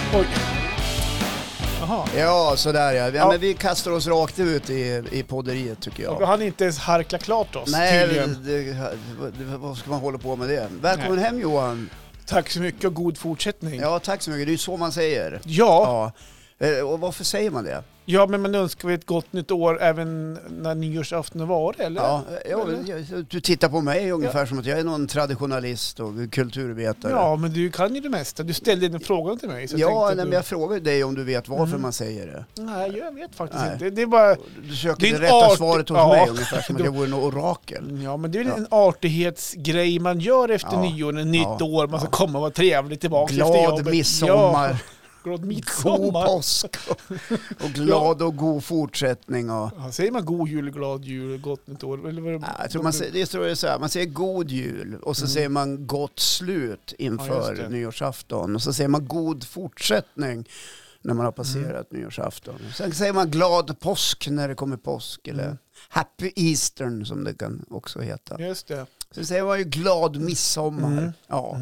Oj. Jaha. Ja, sådär ja. Ja. Men vi kastar oss rakt ut i podderiet tycker jag. Vi hann inte ens harkla klart oss. Nej, vad ska man hålla på med det? Välkommen hem Johan. Tack så mycket och god fortsättning. Ja, tack så mycket. Det är ju så man säger. Ja. Och varför säger man det? Ja, men man önskar vi ett gott nytt år även när nyårsafton var, eller? Ja, eller? Du tittar på mig ungefär som att jag är någon traditionalist och kulturvetare. Ja, men du kan ju det mesta. Du ställde en fråga till mig. Så men jag frågar dig om du vet varför man säger det. Nej, jag vet faktiskt inte. Det är bara... Du söker det rätta svaret hos mig ungefär som att jag vore en orakel. Ja, men det är en artighetsgrej man gör efter nyår, en nytt år. Man ska komma och vara trevlig tillbaka efter jobbet. Glad midsommar. God midsommar. God påsk och glad och god fortsättning. Och... Ja, säger man god jul, glad jul, gott nytt år? Eller vad jag tror det är så här, man säger god jul och så säger man gott slut inför nyårsafton. Och så säger man god fortsättning när man har passerat nyårsafton. Sen säger man glad påsk när det kommer påsk. Eller happy Eastern som det kan också heta. Just det. Sen säger man ju glad midsommar.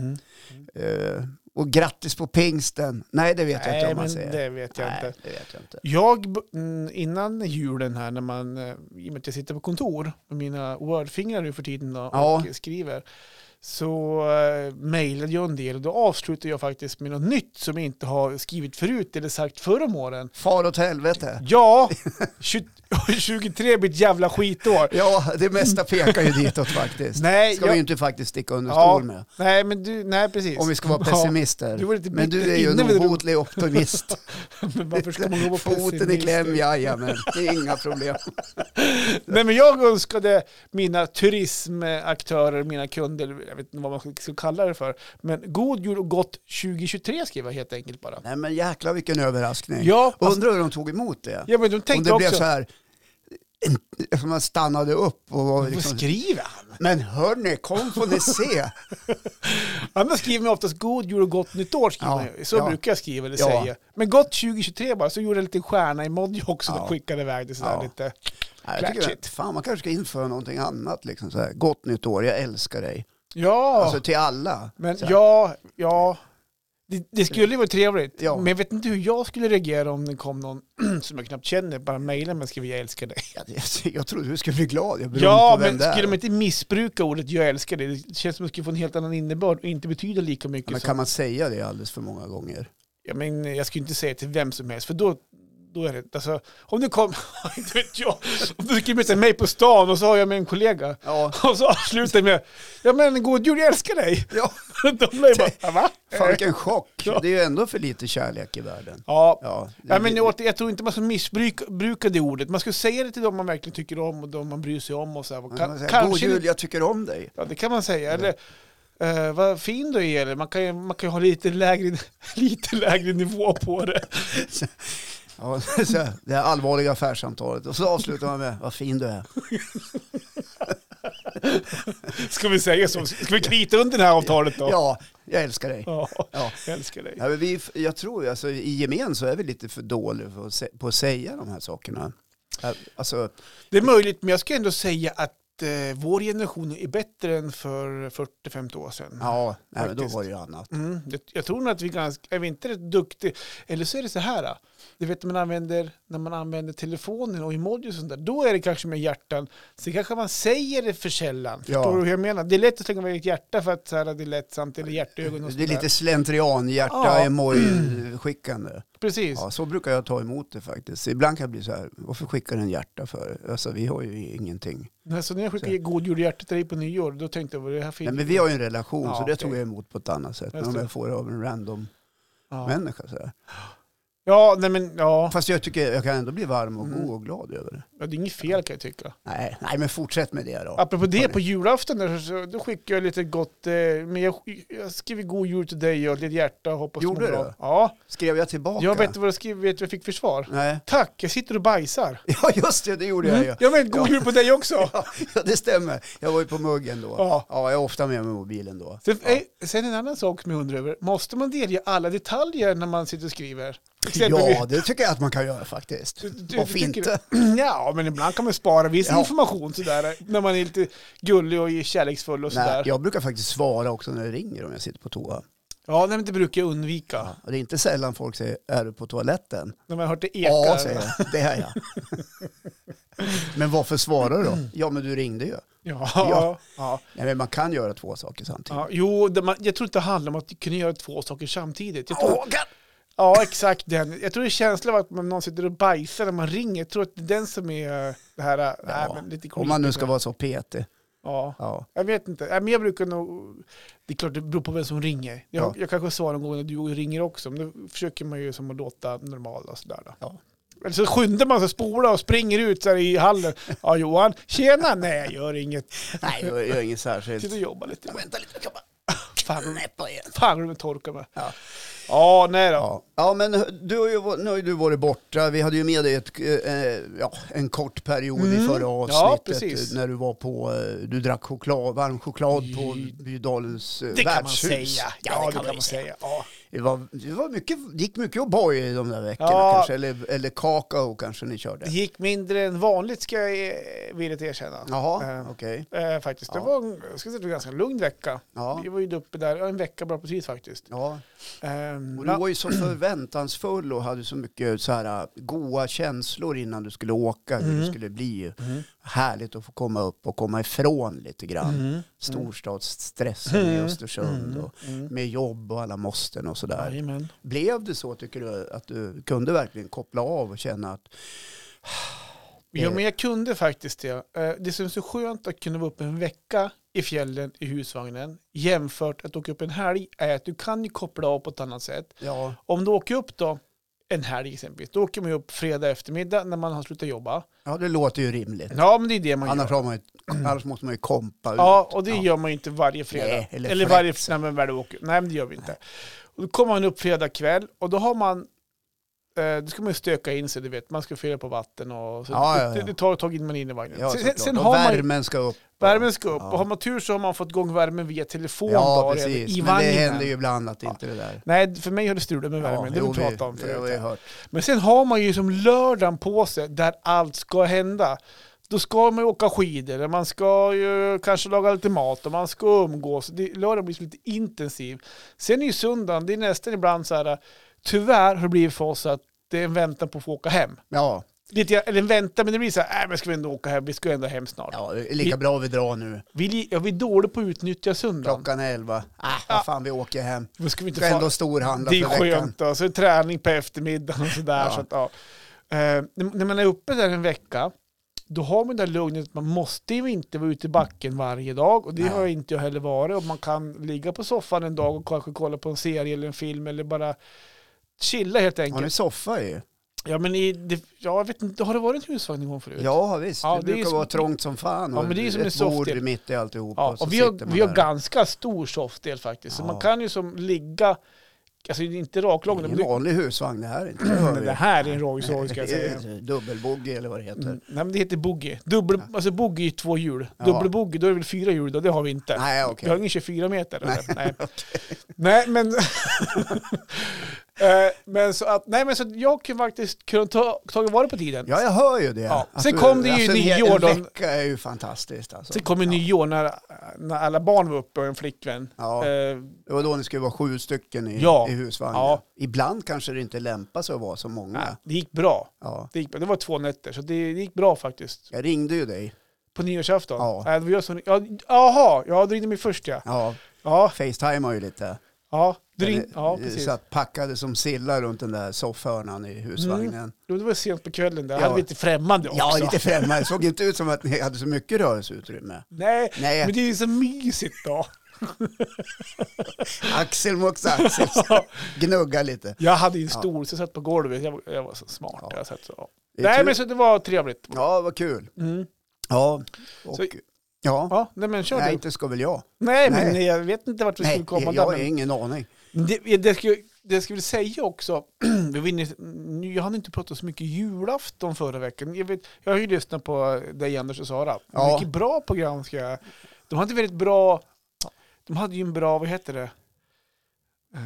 Och grattis på pingsten. Nej, det vet jag inte om man säger. Det vet jag inte. Innan julen här, när man, i och med att jag sitter på kontor med mina Word-fingrar nu för tiden och skriver, så mejlade jag en del och då avslutade jag faktiskt med något nytt som jag inte har skrivit förut eller sagt förra om åren. Far åt helvete. Ja, 23 blir ett jävla skitår. Ja, det mesta pekar ju ditåt faktiskt. Ska vi ju inte faktiskt sticka under stol med. Nej, precis. Om vi ska vara pessimister. Men du är ju en obotlig optimist. Men varför ska man vara foten i kläm, men det är inga problem. Nej, men jag önskade mina turismaktörer, mina kunder, jag vet inte vad man ska kalla det för, men god jul och gott 2023 skriver jag helt enkelt bara. Nej, men jäklar vilken överraskning. Ja, undrar hur de tog emot det. Ja, men de tänkte om det också blev så här, man stannade upp och var liksom, vad skriver han? Men hörni, kom får ni se. Annars skriver man oftast god jul och gott nytt år så brukar jag skriva eller säga. Men gott 2023 bara, så gjorde jag lite stjärna emoji också och skickade iväg det sådär lite. Jag tycker man kanske ska införa någonting annat liksom så här. Gott nytt år, jag älskar dig. Ja. Alltså till alla. Men det skulle ju vara trevligt. Ja. Men jag vet inte hur jag skulle reagera om det kom någon som jag knappt känner, bara mejla mig och skriva jag älskar dig. Jag trodde du skulle bli glad. Men skulle man inte missbruka ordet jag älskar dig? Det känns som att det skulle få en helt annan innebörd och inte betyda lika mycket. Men kan man säga det alldeles för många gånger? Ja, men jag skulle inte säga till vem som helst, för då är det, alltså, om du kom, inte vet jag, om du skriver till mig på stan och så har jag med en kollega och så avslutar jag med god jul, jag älskar dig. Ja. De blir bara, va? Fan vilken chock. Ja. Det är ju ändå för lite kärlek i världen. Men jag tror inte man ska missbruka det ordet. Man ska säga det till dem man verkligen tycker om och dem man bryr sig om och så här. God jul, jag tycker om dig. Ja, det kan man säga. Eller vad fin du är. Eller man kan ha lite lägre nivå på det. Ja, det är allvarliga affärssamtalet. Och så avslutar man med, vad fin du är. Ska vi säga så? Ska vi knyta under det här avtalet då? Ja, jag älskar dig. Ja, jag älskar dig. Ja, men jag tror, alltså, i gemen så är vi lite för dåliga på att säga de här sakerna. Alltså, det är möjligt, men jag ska ändå säga att vår generation är bättre än för 40-50 år sedan. Ja, men då var det ju annat. Jag tror nog att vi är vi inte rätt duktiga. Eller så är det så här. Du vet när man använder telefonen och emojis och sånt där, då är det kanske med hjärtan. Så kanske man säger det för sällan. Förstår du hur jag menar? Det är lätt att slänga med ett hjärta för att så här, det är lättsamt eller hjärtögon och sånt. Det är lite slentrian, emoji-skickande. Precis. Ja, så brukar jag ta emot det faktiskt. Ibland kan jag bli så här, varför skickar en hjärta för? Alltså vi har ju ingenting. Nej, så när jag skickar god jul hjärta till dig på nyår, då tänkte jag, vad är det här fint? Nej, men vi har ju en relation, så det tog jag emot på ett annat sätt. Om jag får det av en random människa så här. Fast jag tycker jag kan ändå bli varm och god och glad över det. Ja, det är inget fel kan jag tycka. Nej, men fortsätt med det då. Apropå det, på julafton då skickar jag lite gott, men jag skriver god jul till dig och lite hjärta och hoppas. Gjorde du? Ja. Skrev jag tillbaka? Jag vet vad jag fick för svar. Nej. Tack, jag sitter och bajsar. Ja, just det gjorde jag ju. Jag vet, god jul på dig också. Ja, det stämmer. Jag var ju på muggen då. Ja, jag är ofta med mobilen då. Sen en annan sak som jag undrar över. Måste man delge alla detaljer när man sitter och skriver? Ja, det tycker jag att man kan göra faktiskt. Varför inte? Ja, men ibland kan man spara viss information sådär, när man är lite gullig och kärleksfull och sådär. Jag brukar faktiskt svara också när det ringer om jag sitter på toa. Ja, nej, men det brukar jag undvika. Ja, och det är inte sällan folk säger, är du på toaletten? När man har hört det ekar. Ja, säger jag. Det är jag. Men varför svarar du då? Ja, men du ringde ju. Ja. Nej, men man kan göra 2 saker samtidigt. Ja, jo, jag tror inte det handlar om att kunna göra 2 saker samtidigt. Ja, exakt den. Jag tror det är känslan av att någon sitter och bajsar när man ringer. Jag tror att det är den som är det här. Men lite om man nu ska vara så petig. Ja, jag vet inte. Men jag brukar nog... Det är klart, det beror på vem som ringer. Jag kanske svarar någon gång när du ringer också. Men då försöker man ju som att låta normal och sådär. Ja. Eller så skyndar man sig, spolar och springer ut så här i hallen. Ja, Johan, tjena. Nej, jag gör inget. Nej, jag gör inget särskilt. Sitter och jobbar lite. Vänta lite, jag kan bara... Fan, du torkar mig. Ja, nej då. Ja, men nu har du varit borta. Vi hade ju med dig en kort period i förra avsnittet när du var på, du drack varm choklad på Bydalens värdshus. Det kan man säga. Ja, det kan man säga. Ja. Det gick mycket O'boy i de där veckorna kanske, eller kakao kanske ni körde. Det gick mindre än vanligt ska jag vilja erkänna. Jaha, okej. Faktiskt, det var en ganska lugn vecka. Ja. Vi var ju uppe där en vecka bra precis faktiskt. Ja. Och du var ju så förväntansfull och hade så mycket så här goda känslor innan du skulle åka. Hur det skulle bli härligt att få komma upp och komma ifrån lite grann. Storstadsstressen i Östersund och med jobb och alla måsten och sådär. Jajamän. Blev det så, tycker du, att du kunde verkligen koppla av och känna att... Ja, men jag kunde faktiskt det. Det som är så skönt att kunna vara upp en vecka i fjällen i husvagnen jämfört att åka upp en helg är att du kan ju koppla av på ett annat sätt. Ja. Om du åker upp då en helg exempelvis, då åker man upp fredag eftermiddag när man har slutat jobba. Ja, det låter ju rimligt. Ja, men det är det man annars gör. Annars måste man ju kompa ut. Ja, och det gör man ju inte varje fredag. Nej, eller varje fredag när man åker. Nej, men det gör vi inte. Och då kommer man upp fredag kväll och då har man då ska man ju stöka in sig, du vet. Man ska fylla på vatten och så. Det tar ett tag innan man är inne i vagnen. Ja, sen har värmen ska upp. Värmen ska upp. Och har man tur så har man fått igång värmen via telefon bara precis. i vagnen. Men det händer ju ibland att inte det där. Nej, för mig har det strulat med värmen. Det har vi pratat om förut. Men sen har man ju som lördagen på sig där allt ska hända. Då ska man ju åka skidor, man ska ju kanske laga lite mat och man ska umgås. Lördagen blir lite intensiv. Sen är ju söndagen, det är nästan ibland så här, tyvärr har det blivit för oss att det är en väntan på att få åka hem. Ja. Eller en väntan, men det blir så här, men ska vi ändå åka hem? Vi ska ändå hem snart. Ja, det är lika bra vi drar nu. Vi är dåliga på att utnyttja söndagen. Klockan 11. Vad fan, vi åker hem. Vi ska ändå storhandla för veckan. Det är skönt då. Så träning på eftermiddagen och sådär. Så att, när man är uppe där en vecka, då har man det där lugnet att man måste ju inte vara ute i backen varje dag. Och det har inte jag heller varit. Och man kan ligga på soffan en dag och kanske kolla på en serie eller en film eller bara chilla helt enkelt. Har ni soffa i? Ja, men jag vet inte, har det varit en husvagn någon gång förut? Ja, visst. Det brukar vara trångt som fan. Ja, men det är som ett bord mitt i alltihop. Ja, och vi har ganska stor soffdel faktiskt. Så man kan ju som ligga, alltså inte raklång. Det är en vanlig husvagn det här. Inte det här är en Rolls Royce, ska jag säga. Dubbelboggy eller vad det heter. Nej, men det heter boggy. Alltså boggy är 2 hjul. Dubbelboggy, då är det väl 4 hjul då. Det har vi inte. Nej, okay. Vi har ingen 24 meter. Nej. Okay. Nej, men... men så jag kan faktiskt ta vara på tiden. Ja, jag hör ju det. Ja. Sen kom det ju nyår då. En vecka är ju fantastiskt. Alltså. Sen kom det nyår när alla barn var uppe och en flickvän. Ja. Det var då ni skulle vara 7 stycken i husvagnen. Ja. Ibland kanske det inte lämpar sig att vara så många. Ja, det gick bra. Ja. Det var 2 nätter, så det gick bra faktiskt. Jag ringde ju dig. På nyårsafton? Ja. Jag ringde mig först, ja. FaceTime ju lite. Ja, precis. Så att packade som sillar runt den där soffhörnan i husvagnen. Det var sent på kvällen. Det hade vi lite främmande också. Ja, lite främmande. Det såg inte ut som att ni hade så mycket rörelseutrymme. Nej. Men det är ju så mysigt då. Axel mot axel. Gnugga lite. Jag hade ju en stol så jag satt på golvet. Jag var så smart. Ja. Jag satt så. Nej, men så det var trevligt. Ja, vad kul. Ja, och... Ja, men kör nej, du. inte ska väl jag. Nej, men jag vet inte vart vi skulle komma. Jag har ingen aning. Det skulle säga också, jag hade inte pratat så mycket julafton förra veckan. Jag har ju lyssnat på dig, Anders och Sara. Mycket bra program ska jag. De hade ju en bra, vad heter det?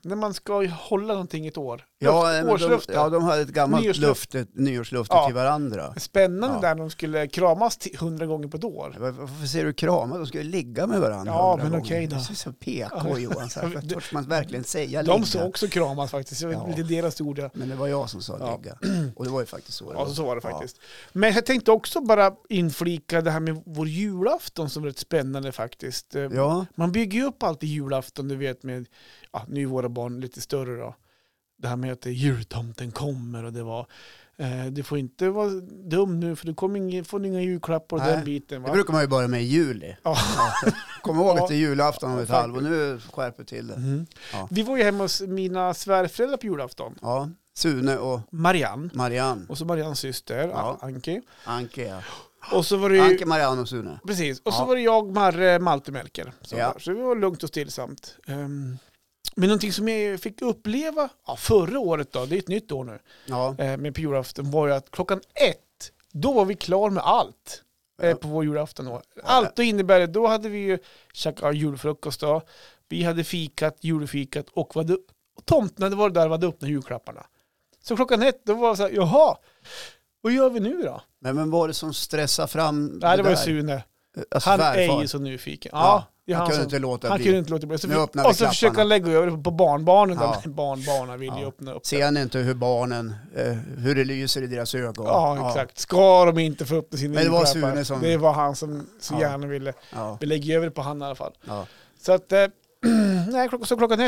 när man ska hålla någonting ett år. Årslöfte. De hade ett gammalt nyårslöfte till varandra. Spännande där de skulle kramas 100 gånger på ett år. Varför ser du krama? De skulle ligga med varandra. Ja, men okej då. Det är så PK, Johan. Törs man verkligen säga de sa också kramas faktiskt. Det är deras ord. Ja. Men det var jag som sa ligga. Och det var ju faktiskt så. Ja, så var det faktiskt. Men jag tänkte också bara inflika det här med vår julafton som är rätt spännande faktiskt. Ja. Man bygger ju upp alltid julafton, du vet, med nu är våra barn lite större då. Det här med att jultomten kommer och det var du får inte vara dum nu för du får inga julklappar och den biten. Va? Det brukar man ju börja med i juli. Ja. Kom ihåg att det är julafton om ett halvår. Nu skärper till det. Mm. Ja. Vi var ju hemma hos mina svärföräldrar på julafton. Ja, Sune och Marianne. Och så Mariannes syster, Anke. Anke, ja. Och så var det ju... Anke, Marianne och Sune. Precis. Och så var det jag, Marre, Malte Melker. Så vi var lugnt och stillsamt. Men någonting som jag fick uppleva förra året då, det är ett nytt år nu, med på julafton, var ju att 1:00 då var vi klar med allt på vår julafton. Då. Allt då innebär, då hade vi ju käkat julfrukost då, vi hade julfikat och tomten hade varit där och hade öppnat julklapparna. Så 1:00 då var det så här, jaha, vad gör vi nu då? Men var det som stressade fram Nej, det var ju Sune. Alltså, han är ju så nyfiken. Han kunde inte låta bli. Och så försöker han lägga över på barnbarnen. Barnbarnen vill ju öppna upp. Ser ni inte hur barnen, hur det lyser i deras ögon? Ja, exakt. Ska de inte få upp sina julklappar? Det var han som så gärna ville. Vi lägger över på han i alla fall. Ja. Så att, nej, 1:00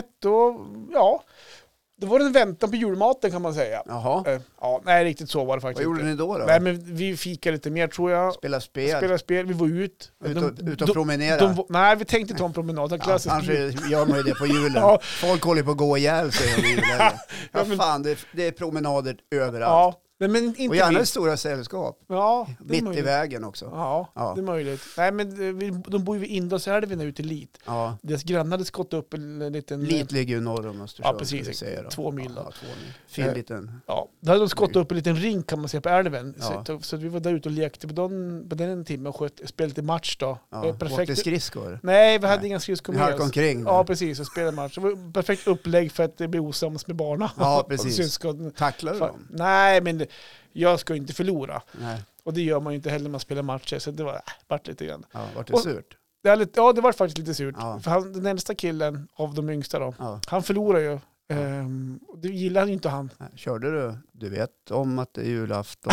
det var en väntan på julmaten kan man säga. Jaha. Nej, riktigt så var det faktiskt. Vad gjorde ni då? Nej, men vi fikade lite mer tror jag. Spela spel. Vi var ut och promenera. Nej, vi tänkte ta en promenad. Annars gör man ju det på julen. Folk håller på att gå ihjäl sig om julen. Fan, det är promenader överallt. Men inte och gärna stora sällskap. Ja, mitt i vägen också. Ja, det är möjligt. Nej, men de bor ju vid Indalsälven ute i Lit. Ja. Deras grannar hade skott upp en liten... Lit ligger ju norr om Östersund. Ja, precis. 2 mil. Ja, 2 mil. Fin liten... Ja, då hade de skott upp en liten ring kan man säga på älven. Ja. Så vi var där ute och lekte på den timmen och spelade lite match då. Ja, åkte skridskor? Nej, vi hade inga skridskor med oss. Omkring. Ja, precis. Och spelade match. Det var perfekt upplägg för att det blir osams med barna. Ja, precis. Tacklar du dem? Nej, men... Jag ska inte förlora. Nej. Och det gör man ju inte heller när man spelar matcher. Så det var vart lite grann. Ja, var det surt? Det var faktiskt lite surt. Ja. För den äldsta killen av de yngsta då, han förlorar ju. Det gillar inte han. Körde du vet om att det är julafton?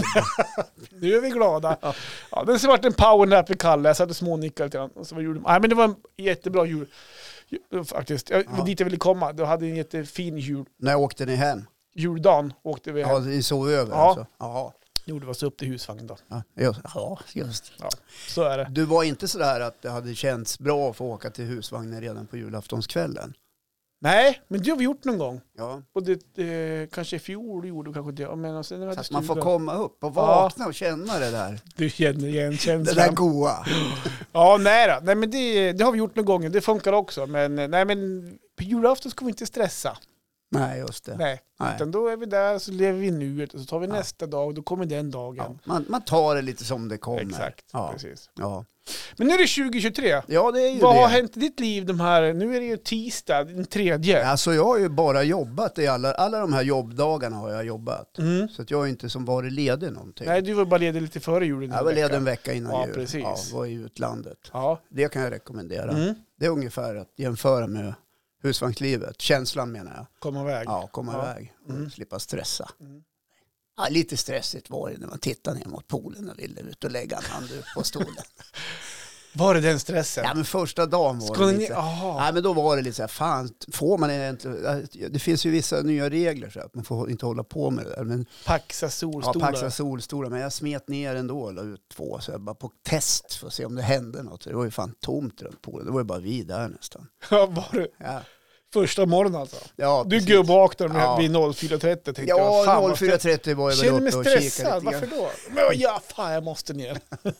Nu är vi glada. Ja, det har varit en powernap i Kalle. Jag satte smånickar till honom. Och så var jul. Nej, men det var en jättebra jul. Faktiskt. Dit jag ville komma. Då hade en jättefin jul. När åkte ni hem? Juldagen åkte vi hem. Ja, ni sov över alltså? Ja. Gjorde vi oss upp till husvagn då. Ja, just. Ja, så är det. Du var inte så där att det hade känts bra att få åka till husvagnen redan på julaftonskvällen? Nej, men det har vi gjort någon gång. Ja. Och det kanske i fjol gjorde kanske det. Men sen så att man får komma upp och vakna och känna det där. Du känner igen känslan. Det där goa. Nej, men det har vi gjort någon gång. Det funkar också. Men på julafton ska vi inte stressa. Nej, just det. Nej. Utan då är vi där, så lever vi nuet och så tar vi nästa dag och då kommer den dagen. Ja. Man tar det lite som det kommer. Exakt, precis. Ja. Men nu är det 2023. Ja, det är ju Vad har hänt i ditt liv nu är det ju tisdag, den 3:e. Alltså jag har ju bara jobbat i alla de här jobbdagarna har jag jobbat. Så att jag är inte som varit ledig någonting. Nej, du var bara ledig lite före julen. Jag var ledig en vecka innan jul. Precis. Ja, var i utlandet. Ja. Det kan jag rekommendera. Det är ungefär att jämföra med husvagnslivet. Känslan menar jag. Komma iväg. Ja, komma iväg. Slippa stressa. Ja, lite stressigt var det när man tittade ner mot poolen och ville ut och lägga en handduk på stolen. Var det den stressen? Ja, men första dagen var det lite. Nej, men då var det lite så här, fan, får man inte... Det finns ju vissa nya regler så att man får inte hålla på med det där. Men, paxa solstolar. Men jag smet ner ändå och la ut 2. Så jag bara på test för att se om det hände något. Det var ju fan tomt runt poolen. Det var ju bara vi där nästan. Ja, var det? Ja. Första morgonen alltså. Ja, du gubbvaknade vid 04.30 tänkte jag. Ja, 04.30 var jag väl uppe och kikade lite. Känner mig stressad, varför då? Men fan jag måste ner.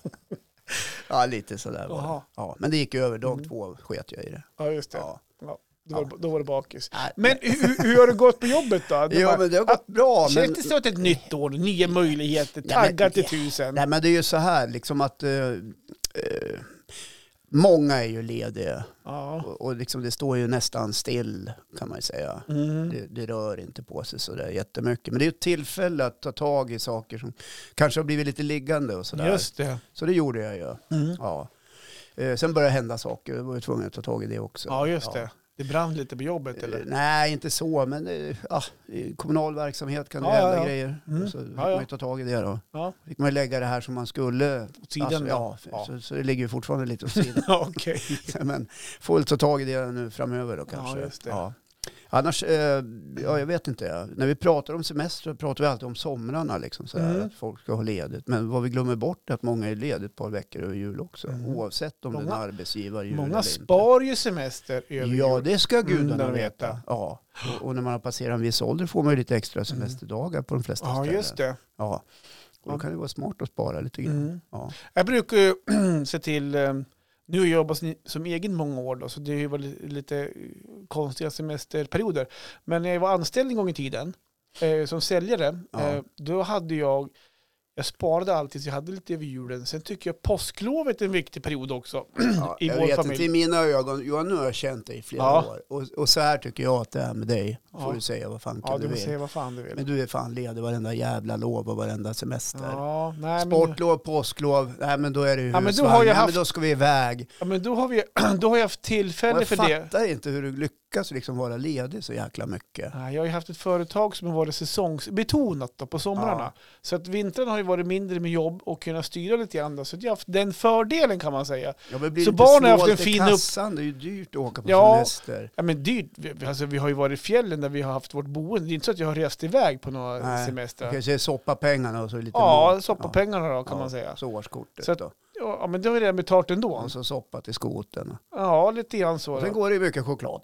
Ja, lite sådär var det. Ja, men det gick över, dag 2 sket jag i det. Ja, just det. Ja. Då var det bakis. Men hur har det gått på jobbet då? Men det har gått bra. Känns det så att ett nytt år, nya möjligheter, taggar till 1000? Nej, men det är ju så här liksom att Många är ju lediga. Ja. Och liksom det står ju nästan still, kan man ju säga. Det rör inte på sig så där jättemycket. Men det är ju ett tillfälle att ta tag i saker som kanske har blivit lite liggande och sådär. Just det. Så det gjorde jag ju. Ja. Sen började hända saker. Jag var ju tvungen att ta tag i det också. Ja, just det. Det brann lite på jobbet, eller? Nej, inte så. Men i kommunal verksamhet kan det hända grejer. Så fick man ju ta tag i det då. Ja. Fick man lägga det här som man skulle. Åt sidan Så det ligger ju fortfarande lite åt sidan. Okej. Men får väl ta tag i det nu framöver då kanske. Ja, just det. Ja. Annars, jag vet inte. När vi pratar om semester pratar vi alltid om somrarna. Liksom, att folk ska ha ledigt. Men vad vi glömmer bort är att många är ledigt ett par veckor över jul också. Oavsett om det är en arbetsgivare. Många spar ju semester över jul. Ja, det ska gudarna veta. Ja. Och när man har passerat en viss ålder får man ju lite extra semesterdagar på de flesta ställen. Ja, just det. Ja. Och då kan det vara smart att spara lite grann. Ja. Jag brukar ju se till... Nu har jag jobbat som egen många år då, så det har ju varit lite konstiga semesterperioder. Men när jag var anställd en gång i tiden som säljare, då hade jag sparade alltid så jag hade lite över julen. Sen tycker jag påsklovet är en viktig period också i vår familj. Inte, i mina ögon, nu har jag känt dig i flera år. Och så här tycker jag att det är med dig. Får du säga vad fan du vill. Säga vad fan du vill. Men du är fan ledig varenda jävla lov och varenda semester. Ja, sportlov, påsklov, nej men då är det ju men då ska vi iväg. Ja, men då har jag haft tillfälle för det. Jag fattar inte hur du lyckas liksom vara ledig så jäkla mycket. Ja, jag har ju haft ett företag som har varit säsongsbetonat då, på somrarna. Ja. Så att vintern har ju varit mindre med jobb och kunna styra lite grann. Så att jag har haft den fördelen kan man säga. Ja, men blir så barnen har haft en fin kassan, det är ju dyrt att åka på semester. Ja, men dyrt. Alltså, vi har ju varit i fjällen där vi har haft vårt boende. Det är inte så att jag har rest iväg på några semester. Kanske är soppapengarna och så lite soppapengarna då kan man säga. Så årskortet så att, då. Ja, men det har vi redan betalt ändå. Och så soppa till skoten. Ja, lite grann så. Och sen går det ju mycket choklad.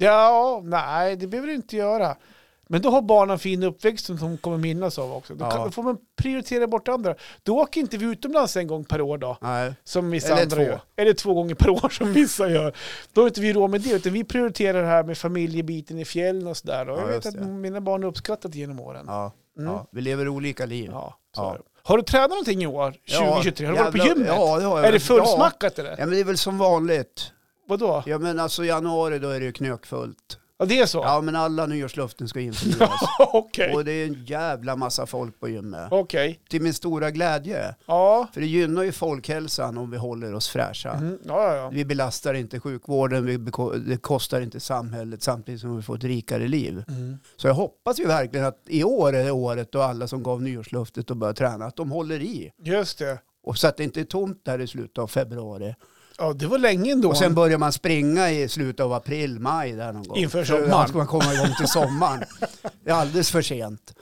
Ja, nej, det behöver du inte göra. Men då har barnen fin uppväxt som de kommer minnas av också. Då får man prioritera bort andra. Då åker inte vi utomlands en gång per år då. Nej. Som vissa eller andra gör. Eller 2 gånger per år som vissa gör. Då har inte vi råd med det. Utan vi prioriterar det här med familjebiten i fjällen och sådär. Och jag vet att mina barn har uppskattat genom åren. Ja, vi lever olika liv. Ja. Har du tränat någonting i år? 2023? Har du varit på gymmet? Ja, det har jag. Är det fullsmackat eller? Ja, men det är väl som vanligt. Vadå? Ja, men alltså januari då är det ju knökfullt. Ja, det är så? Ja, men alla nyårslöften ska infrias. Okay. Och det är en jävla massa folk på gymmet. Okay. Till min stora glädje. Ja. För det gynnar ju folkhälsan om vi håller oss fräscha. Ja. Vi belastar inte sjukvården, det kostar inte samhället samtidigt som vi får ett rikare liv. Så jag hoppas ju verkligen att i år är det året då alla som gav nyårslöftet och börjar träna, att de håller i. Just det. Och så att det inte är tomt där i slutet av februari. Ja, det var länge ändå. Och sen börjar man springa i slutet av april, maj där någon gång. Inför sommaren. För ska man komma igång till sommaren. Det är alldeles för sent.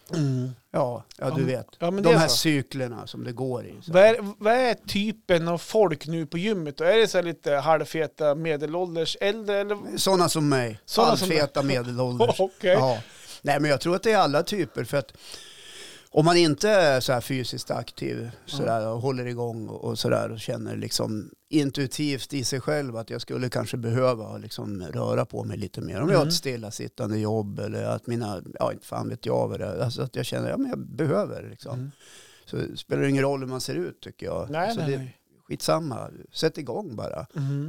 Ja, du vet. Ja, men de här cyklerna som det går i. Vad är typen av folk nu på gymmet? Är det så här lite halvfeta medelålders äldre? Eller? Sådana som mig. Halvfeta medelålders. Okay. Ja. Nej, men jag tror att det är alla typer. För att om man inte är så här fysiskt aktiv sådär, och håller igång och sådär och känner liksom intuitivt i sig själv att jag skulle kanske behöva liksom röra på mig lite mer. Om jag har ett stillasittande jobb eller att mina, inte fan vet jag vad det är. Alltså att jag känner, men jag behöver liksom. Så det spelar ingen roll hur man ser ut tycker jag. Nej, så det är skitsamma. Sätt igång bara.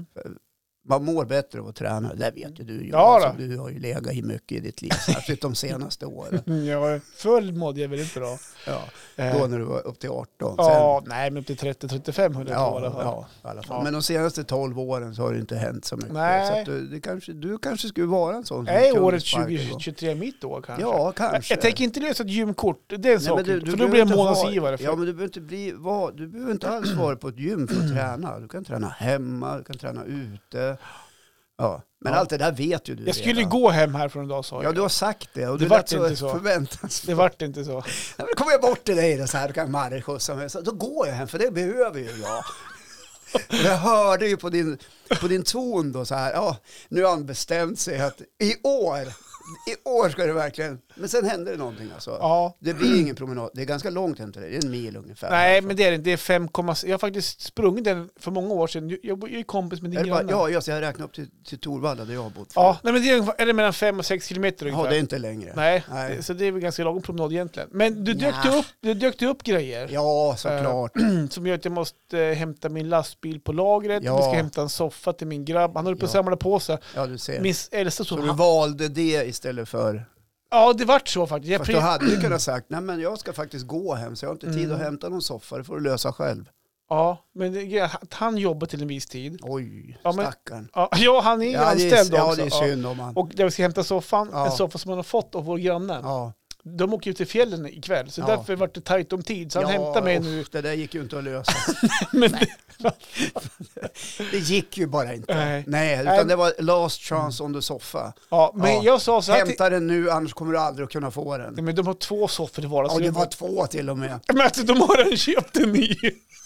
Man mår bättre av att träna. Det vet ju du. Du har ju legat i mycket i ditt liv. Särskilt de senaste åren. Ja, full mådde jag väldigt bra. Ja, då när du var upp till 18. Ja, nej, men upp till 30-35 höll jag på i alla fall. Ja, i alla fall. Men de senaste 12 åren så har det inte hänt så mycket. Nej. Så att du kanske skulle vara en sån. Nej, året 2023 mitt år kanske. Ja, kanske. Jag tänker inte lösa ett gymkort. Det är en sak. För då blir jag månadsgivare. Ja, men du behöver inte alls vara på ett gym för att träna. Du kan träna hemma, du kan träna ute. Ja, men allt det där vet ju du. Jag skulle gå hem här från en dag, sa jag. Ja, du har sagt det. Och det vart inte så. Det vart inte så. Ja, men kommer jag bort till dig då, så här, du kan Marre skjutsa mig. Så då går jag hem, för det behöver ju jag. Jag hörde ju på din ton då så här, nu har han bestämt sig att i år I år ska det verkligen... Men sen händer det någonting alltså. Ja. Det blir ingen promenad. Det är ganska långt hem till det. Det är 1 mil ungefär. Nej, men det är inte. Det är 5, jag har faktiskt sprungit den för många år sedan. Jag är kompis med din granne. Ja, jag räknar upp till Torvalla där jag har bott. Ja, nej, men det är mellan 5 och 6 kilometer ungefär. Ja, det är inte längre. Nej. Så det är väl ganska lång promenad egentligen. Men du dök upp grejer. Ja, såklart. Som gör att jag måste hämta min lastbil på lagret. Ja. Vi ska hämta en soffa till min grabb. Han håller på att samla på sig. Ja, du ser. Min äldsta så du valde det istället för... Ja, det vart så faktiskt. Fast du hade ju kunnat sagt, nej men jag ska faktiskt gå hem så jag har inte tid att hämta någon soffa. Det får du lösa själv. Ja, men att han jobbar till en viss tid. Oj, stackarn. Ja, han är anställd också. Ja, det är synd om han. Och jag ska hämta soffan, en soffa som han har fått av vår granne. Ja. De åker ut till fjällen ikväll, så därför var det tajt om tid. Så han hämtar mig nu. Det där gick ju inte att lösa. Men det gick ju bara inte. Nej, utan det var last chance on the soffa. Ja, men jag sa så här... Hämta den nu, annars kommer du aldrig att kunna få den. Nej, men de har 2 soffor i vara. Ja, det var 2 till och med. Men alltså, de har en köpt en ny.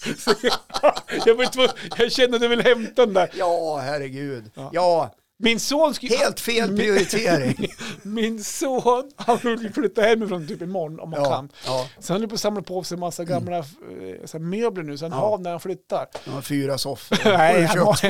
Jag känner att jag vill hämta den där. Ja, herregud. Ja. Min son helt fel prioritering. Min son, han vill flytta hemifrån typ imorgon om man kan. Ja. Så han är på att samla på sig en massa gamla möbler nu. Så han har när han flyttar. Han har 4 soffor. Nej,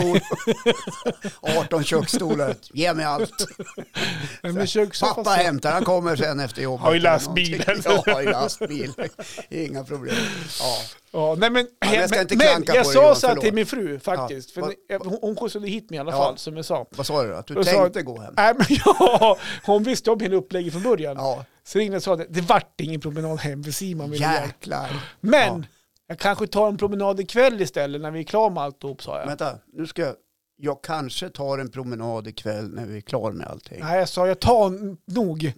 18 köksstolar. Ge mig allt. Men pappa hämtar, han kommer sen efter jobbet. Har ju lastbil. Ja, i lastbil. Inga problem. Ja. Ja, nej, men jag sa så här till min fru faktiskt. För hon skjutsade hit mig i alla fall, som jag sa. Vad sa du då? Du tänkte gå hem? Nej, men hon visste om hela upplägget från början. Ja. Så ringde och sa det vart ingen promenad hem för Simon. Jäklar. Men jag kanske tar en promenad ikväll istället när vi är klara med allt upp, sa jag. Vänta, nu ska jag kanske tar en promenad ikväll när vi är klara med allting. Nej, jag sa jag tar nog.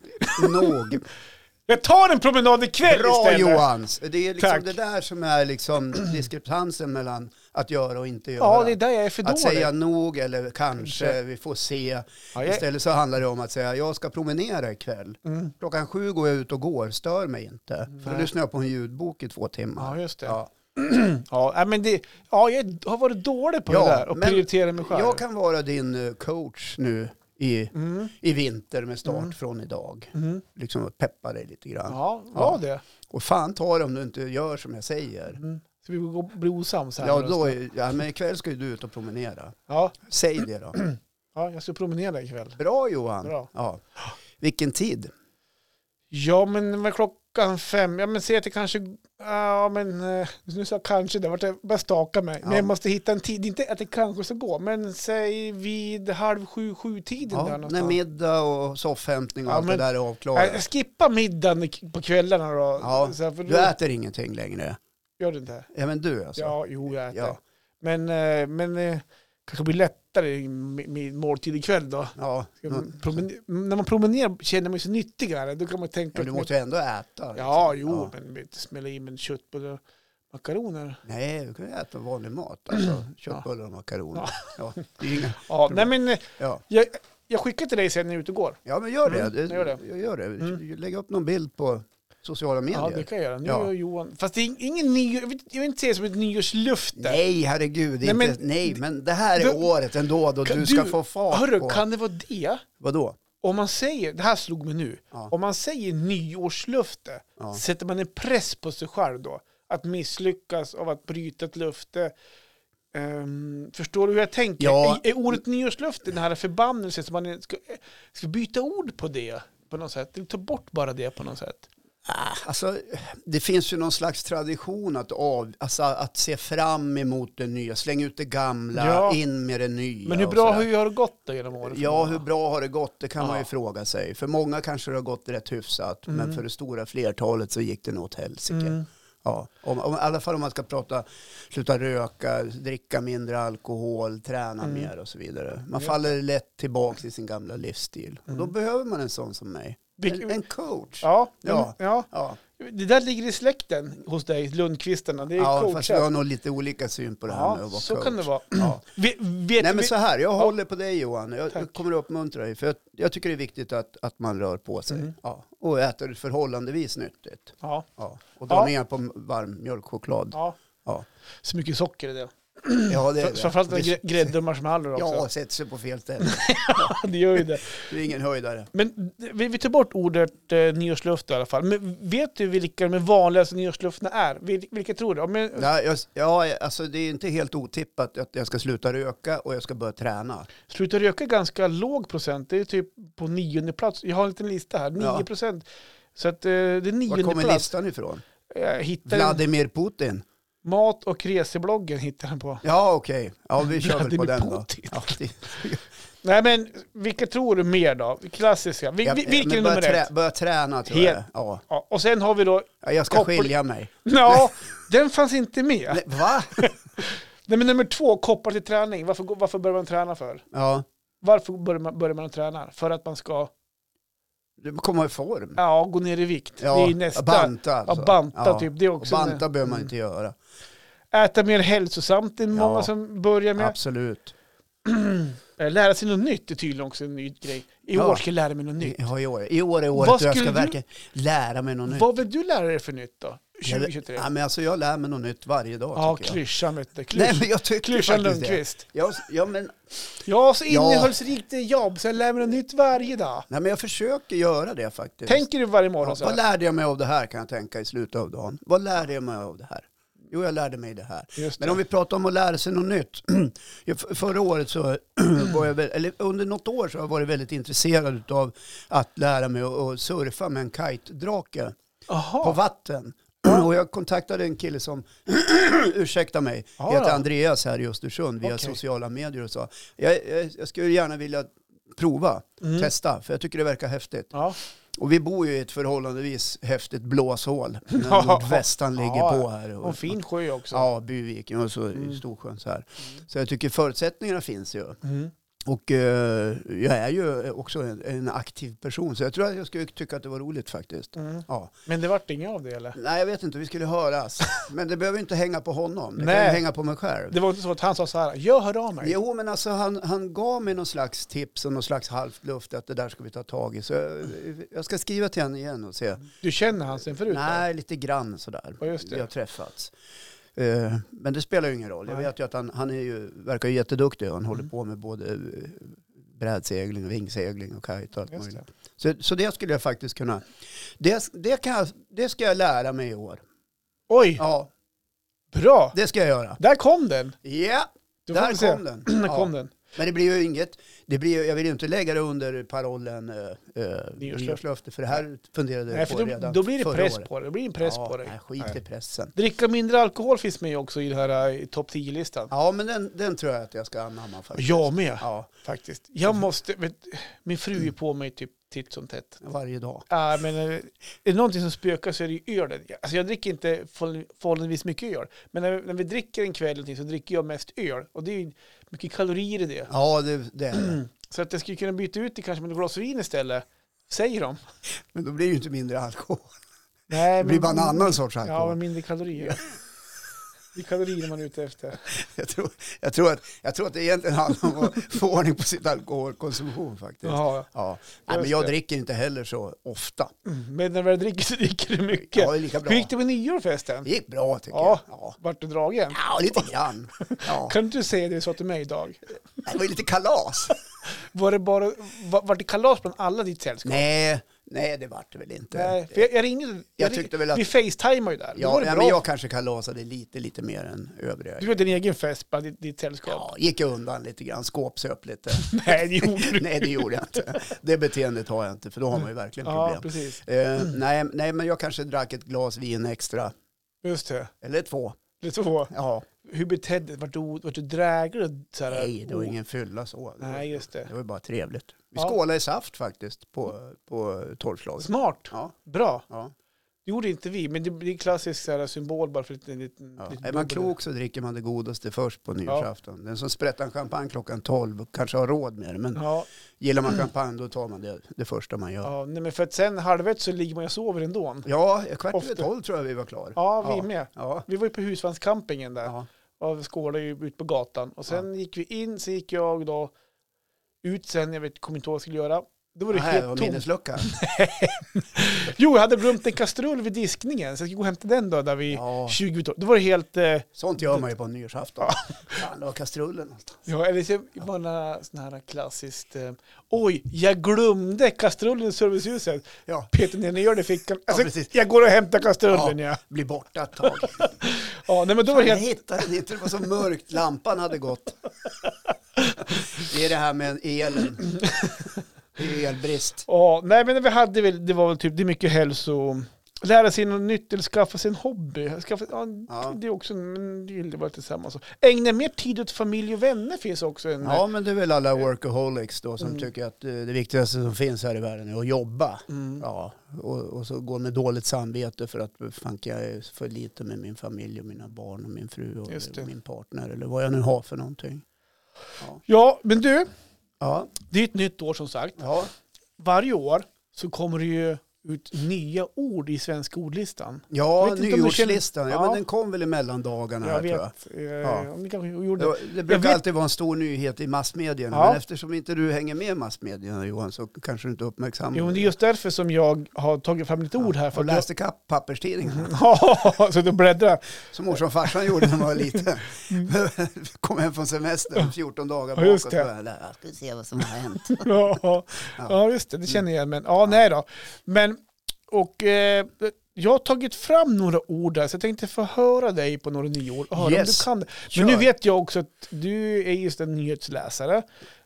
Jag tar en promenad ikväll istället. Bra, Johans. Det är liksom det där som är liksom diskrepansen mellan att göra och inte göra. Ja, det är där jag är för dålig. Att säga nog eller kanske, vi får se. Istället så handlar det om att säga, jag ska promenera ikväll. 7:00 går jag ut och går, stör mig inte. För då lyssnar jag på en ljudbok i 2 timmar. Ja, just det. Ja, men jag har varit dålig på det där och prioritera mig själv. Jag kan vara din coach nu i vinter med start från idag. Liksom peppa dig lite grann. Ja, var det. Och fan ta det om du inte gör som jag säger. Så vi blir osams här. Men ikväll ska ju du ut och promenera. Ja. Säg det då. Ja, jag ska promenera ikväll. Bra, Johan. Bra. Ja. Vilken tid? Ja, men vad klockan 5. Ja, men se att det kanske... Ja, men nu sa jag kanske det. Vart jag bara staka mig. Men jag måste hitta en tid. Inte att det kanske ska gå. Men säg vid 6:30-7-tiden. Ja, där när middag och soffhämtning och allt det där är avklarat. Jag skippar middagen på kvällarna då. Ja, så här, du äter ingenting längre. Gör du inte? Ja, men du alltså. Ja, jo, jag äter. Ja. Men kanske blir lättare med måltid ikväll då. Ja. När man promenerar känner man sig nyttigare. Då kan man tänka... Men du måste ändå äta. Ja, men smälla i med köttbullar och makaroner. Nej, du kan ju äta vanlig mat. Alltså köttbullar och makaroner. Ja. Det är inga nej, men jag skickar till dig sen när jag är ute och går. Ja, men gör det. Jag gör det. Lägg upp någon bild på sociala medier. Ja, det kan jag göra. Nu gör Johan. Fast det är ingen jag vill inte se det som ett nyårslufte. Nej, herregud. Men det här är året ändå då du ska få fart på. Kan det vara det? Vadå? Om man säger, det här slog mig nu. Ja. Om man säger nyårslufte, sätter man en press på sig själv då. Att misslyckas av att bryta ett löfte. Förstår du hur jag tänker? Ja. Är ordet nyårslufte, den här förbannelsen som man ska byta ord på det på något sätt? Eller ta bort bara det på något sätt? Alltså, det finns ju någon slags tradition att se fram emot det nya, slänga ut det gamla, in med det nya. Men hur bra har det gått då genom året? Ja, hur bra har det gått? Det kan man ju fråga sig. För många kanske det har gått rätt hyfsat, men för det stora flertalet så gick det nog åt helsike. Ja, i alla fall om man ska sluta röka, dricka mindre alkohol, träna mer och så vidare. Man faller lätt tillbaka i sin gamla livsstil. Och då behöver man en sån som mig. En coach. Ja. Det där ligger i släkten hos dig, Lundqvistarna. Det är coach. Fast vi har nog lite olika syn på det här med att vara så coach. Kan det vara. Ja. Nej, men så här, jag håller på dig, Johan. Jag kommer att uppmuntra dig. För jag tycker det är viktigt att man rör på sig. Ja. Och äter förhållandevis nyttigt. Ja. Och drar ner på varm mjölkchoklad. Ja. Så mycket socker i det. Ja, det är det. Framförallt grädde och marshmallow också. Ja, sätter sig på fel ställe. Det gör ju det. Det är ingen höjdare. Men vi tar bort ordet nyårsluft i alla fall. Men vet du vilka de vanligaste nyårslufterna är? Vilka tror du? Men... Ja, alltså det är inte helt otippat att jag ska sluta röka och jag ska börja träna. Sluta röka är ganska låg procent. Det är typ på 9:e plats. Jag har en liten lista här. 9%. Så att det är 9:e plats. Var kommer listan ifrån? Vladimir Putin. Mat- och resebloggen hittar den på. Ja, okej. Ja, vi kör väl på den då. Ja, Nej, men vilka tror du mer då? Klassiska. Vilken är nummer 1? Börja träna tror jag. Ja. Ja. Och sen har vi då... Ja, jag ska skilja mig. Ja, den fanns inte med. Nej, va? Nej, men nummer 2, koppar till träning. Varför börjar man träna för? Ja. Varför börjar man träna? För att man ska... komma i form. Ja, gå ner i vikt. Ja, det är nästa. banta. Alltså. Ja, banta typ. Det är också och banta behöver man inte göra. Äta mer hälsosamt. Det är många som börjar med. Absolut. Lära sig något nytt är tydligen också en ny grej. I år ska jag lära mig något nytt. Ja, i år är året jag ska verkligen lära mig något nytt. Vad vill du lära dig för nytt då? 2023? Ja, men alltså jag lär mig något nytt varje dag. Ja, klyschan vet du. Nej, men jag tycker klyschan Lundqvist. Ja, så innehållsrikt jobb så jag lär mig något nytt varje dag. Nej, men jag försöker göra det faktiskt. Tänker du varje morgon så här? Vad lärde jag mig av det här kan jag tänka i slutet av dagen? Vad lärde jag mig av det här? Jo, jag lärde mig det här. Men om vi pratar om att lära sig något nytt. Förra året så var jag, eller under något år så har jag varit väldigt intresserad av att lära mig att surfa med en kite-drake på vatten. Och jag kontaktade en kille som, ursäkta mig, heter Andreas här i Östersund via sociala medier och sa, jag skulle gärna vilja prova, testa, för jag tycker det verkar häftigt. Ja. Och vi bor ju i ett förhållandevis häftigt blåshål. När nordvästan ligger på här. Och fin sjö också. Ja, Byviken och så Storsjön så här. Så jag tycker förutsättningarna finns ju. Och jag är ju också en aktiv person. Så jag tror att jag skulle tycka att det var roligt faktiskt. Ja. Men det vart inget av det eller? Nej, jag vet inte. Vi skulle höras. Men det behöver inte hänga på honom. Det kan hänga på mig själv. Det var inte så att han sa så här, jag hör av mig. Jo, men alltså han gav mig någon slags tips och någon slags halvt luft att det där ska vi ta tag i. Så jag ska skriva till henne igen och se. Du känner han sen förut? Nej, lite grann sådär. Ja, just det. Vi har träffats. Men det spelar ju ingen roll. Jag vet ju att han är verkar ju jätteduktig. Han håller på med både brädsegling, vingsegling och kite och allt möjligt. Så det skulle jag faktiskt kunna... Det ska jag lära mig i år. Oj! Ja. Bra! Det ska jag göra. Där kom den! Ja, där kom den. Där kom den. Men det blir ju inget... jag vill ju inte lägga det under parollen nyårslöfte, för det här funderade jag på redan. Då blir det press året. på det. Det blir en press på det. Nej, skit i pressen. Dricka mindre alkohol finns med också i det här topp 10-listan. Ja, men den tror jag att jag ska anamma faktiskt. Jag med, faktiskt. Jag måste... min fru är på mig typ titt som tätt. Varje dag. Ja, men är det någonting som spökar så är det ju öl. Alltså jag dricker inte förhållandevis mycket öl. Men när vi dricker en kväll så dricker jag mest öl. Och det är ju mycket kalorier i det. Ja, det är det. Så att jag skulle kunna byta ut det kanske med ett glas vin istället. Säger de. Men då blir det ju inte mindre alkohol. Nej, det blir bara en annan sorts alkohol. Ja, men mindre kalorier. Det är kalorier man är ute efter. Jag tror att det egentligen handlar om att få ordning på sitt alkoholkonsumtion faktiskt. Ja. Nej, men jag dricker inte heller så ofta. Men när du dricker så dricker du mycket. Ja, det är lika bra. Hur gick det med nyår förresten? Det gick bra tycker jag. Ja. Vart du dragen? Ja, lite grann. Ja. Kan du säga det så till mig idag? Det var ju lite kalas. Var det kalas bland alla ditt sällskap? Nej, det var det väl inte. Nej, för jag ringde. Vi facetimade ju där. Ja, men jag kanske kalasade lite mer än övriga. Du hade en egen fest bland ditt sällskap. Ja, gick undan lite grann, skåpsöp lite. Nej, det gjorde du. Nej, det gjorde jag inte. Det beteendet har jag inte, för då har man ju verkligen problem. Ja, precis. Nej, men jag kanske drack ett glas vin extra. Just det. Eller 2. Ja. Hur betedde vart du dräglig? Nej, det var ingen fylla så. Nej, just det. Det var bara trevligt. Vi skålade i saft faktiskt på 12-slaget. Smart. Ja. Bra. Ja. Det gjorde inte vi, men det är klassisk symbol bara för lite är man klok så dricker man det godaste först på nyårsafton. Den som sprättar en champagne klockan 12 kanske har råd med det, men gillar man champagne då tar man det första man gör. Ja, nej, men för att sen halvvägs så ligger man och sover ändå. Ja, 12 tror jag vi var klar. Ja, vi med. Ja. Vi var ju på husvagnscampingen där och skålade ju ut på gatan. Och sen gick vi in, så gick jag då ut sen, jag kommer inte ihåg vad jag skulle göra. Då var det helt tomt. Minneslucka. Jo, jag hade glömt en kastrull vid diskningen. Så jag skulle gå och hämta den då, där vi 20 år. Då var det helt... Sånt gör man ju på nyårsafton. Fan, det var kastrullen någonstans. Ja, eller så bara sån här klassiskt... oj, jag glömde kastrullen i servicehuset. Ja. Peter ner det fickan. Alltså, jag går och hämtar kastrullen, ja. Blir borta ett tag. Ja, nej, men då var det helt... Jag hittade den inte, det var så mörkt. Lampan hade gått. Det är det här med elen. Det är elbrist. Ja, nej, men vi hade väl, det var väl typ, det är mycket hälso... Lära sig något nytt eller skaffa sig en hobby. Det är också, men det var tillsammans. Ägna mer tid åt familj och vänner finns också. Ja, men det är väl alla workaholics då som tycker att det viktigaste som finns här i världen är att jobba. Ja, och så går med dåligt samvete för att jag är för lite med min familj och mina barn och min fru och min partner eller vad jag nu har för någonting. Ja, men du, det är ett nytt år som sagt. Ja. Varje år så kommer det ju ut nya ord i svenska ordlistan. Ja, nyårslistan. Ja, men den kom väl i mellandagarna här, tror jag. Det brukar alltid vara en stor nyhet i massmedierna. Men eftersom inte du hänger med i massmedierna, Johan, så kanske du inte uppmärksammar. Jo, men det är just därför som jag har tagit fram lite ord här. Och läste kapp papperstidningen. Ja, så du bläddrar. Som morsan och farsan gjorde när man var liten. Kom hem från semester 14 dagar bakåt. Just det. Jag ska se vad som har hänt. Ja, just det. Det känner jag igen. Men nej då. Men jag har tagit fram några ord där, så jag tänkte få höra dig på några nya ord. Höra om du kan det. Men nu vet jag också att du är just en nyhetsläsare.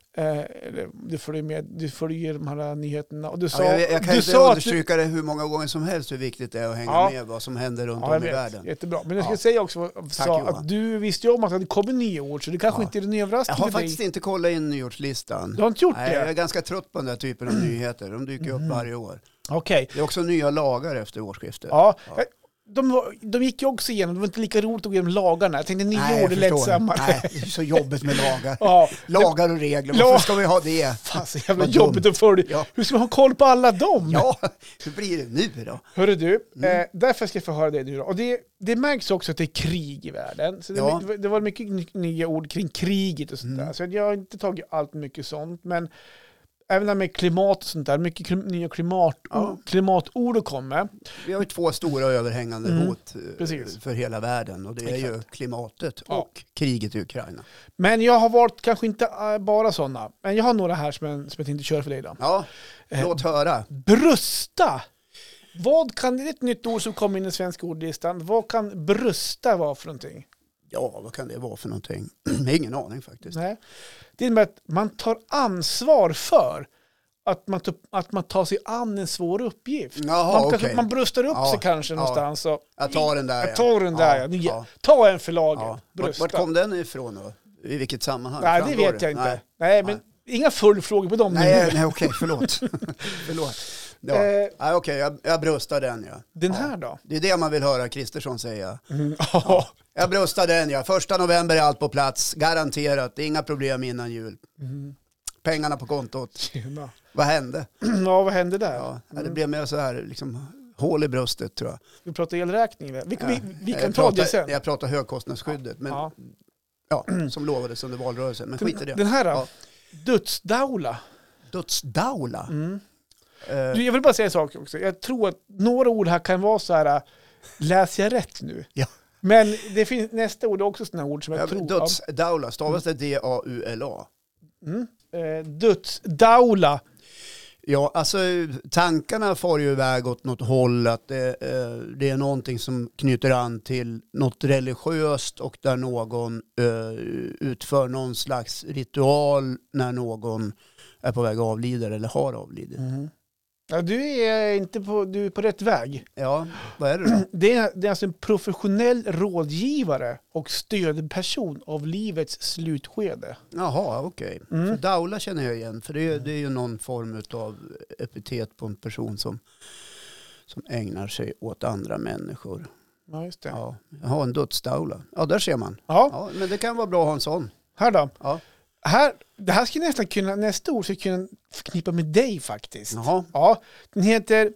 Du följer de här nyheterna. Och du sa, jag kan inte understryka det hur många gånger som helst hur viktigt det är att hänga med vad som händer runt om i världen. Jättebra. Men jag ska säga också att du visste ju om att det kommer nya ord, så det kanske inte är en överraskning. Jag har faktiskt inte kollat in nyårslistan. Du har inte gjort det? Jag är ganska trött på den där typen av nyheter. De dyker upp varje år. Okay. Det är också nya lagar efter årsskiftet. Ja. De gick ju också igenom, det var inte lika roligt att gå igenom lagarna. Jag tänkte nya ord är lättsammare. Nej, det är så jobbigt med lagar. Lagar och regler, varför ska vi ha det? Fan, så jävla jobbigt att följa. Ja. Hur ska man ha koll på alla dem? Ja, hur blir det nu då? Hörru du, därför ska jag få höra det nu då. Och det märks också att det är krig i världen. Så det var mycket nya ord kring kriget och sånt där. Så jag har inte tagit allt mycket sånt, men även med klimat och sånt där, mycket nya klimatord kommer. Vi har ju 2 stora överhängande hot för hela världen, och det är ju klimatet och kriget i Ukraina. Men jag har varit kanske inte bara sådana, men jag har några här som jag tänkte köra för dig då. Ja, låt höra. Brösta! Det är ett nytt ord som kommer in i den svenska ordlistan. Vad kan brösta vara för någonting? Ja, vad kan det vara för någonting? Jag har ingen aning faktiskt. Nej. Det innebär att man tar ansvar för att man tar sig an en svår uppgift. Jaha, man bröstar upp sig kanske någonstans. Och, jag tar den där. Ta en för laget. Vart kom den ifrån då? I vilket sammanhang? Nej, det vet jag inte. Nej, men inga följdfrågor på dem. Nej, okej, förlåt. Ja. Okej, jag bröstar den. Ja. Den här då? Det är det man vill höra Kristersson säga. Jag bröstar den, 1 november är allt på plats. Garanterat, det är inga problem innan jul. Pengarna på kontot. Tjena. Vad hände? Ja, vad hände där? Ja, det blev mer så här, liksom, hål i bröstet, tror jag. Vi pratar elräkning. Vi kan ta det sen. Jag pratar högkostnadsskyddet, men som lovades under valrörelsen. Men skit i det. Den här då? Dödsdaula. Dödsdaula? Jag vill bara säga en sak också. Jag tror att några ord här kan vara så här, läser jag rätt nu? Ja. Men det finns nästa ord också sådana ord som jag tror. Dödsdaula, stavas det D-A-U-L-A? Dödsdaula. Ja, alltså tankarna får ju iväg åt något håll, att det är någonting som knyter an till något religiöst, och där någon utför någon slags ritual när någon är på väg att avlida eller har avlidit. Ja, du är på rätt väg. Ja, vad är det då? Det är alltså en professionell rådgivare och stödperson av livets slutskede. Jaha, okej. För daula känner jag igen, för det är ju någon form av epitet på en person som ägnar sig åt andra människor. Ja, just det. Ja, jag har en dödsdaula. Ja, där ser man. Ja, men det kan vara bra att ha en sån. Här då? Ja. Det här ska nästan nästa ord ska kunna förknippa med dig faktiskt. Jaha. Ja, den heter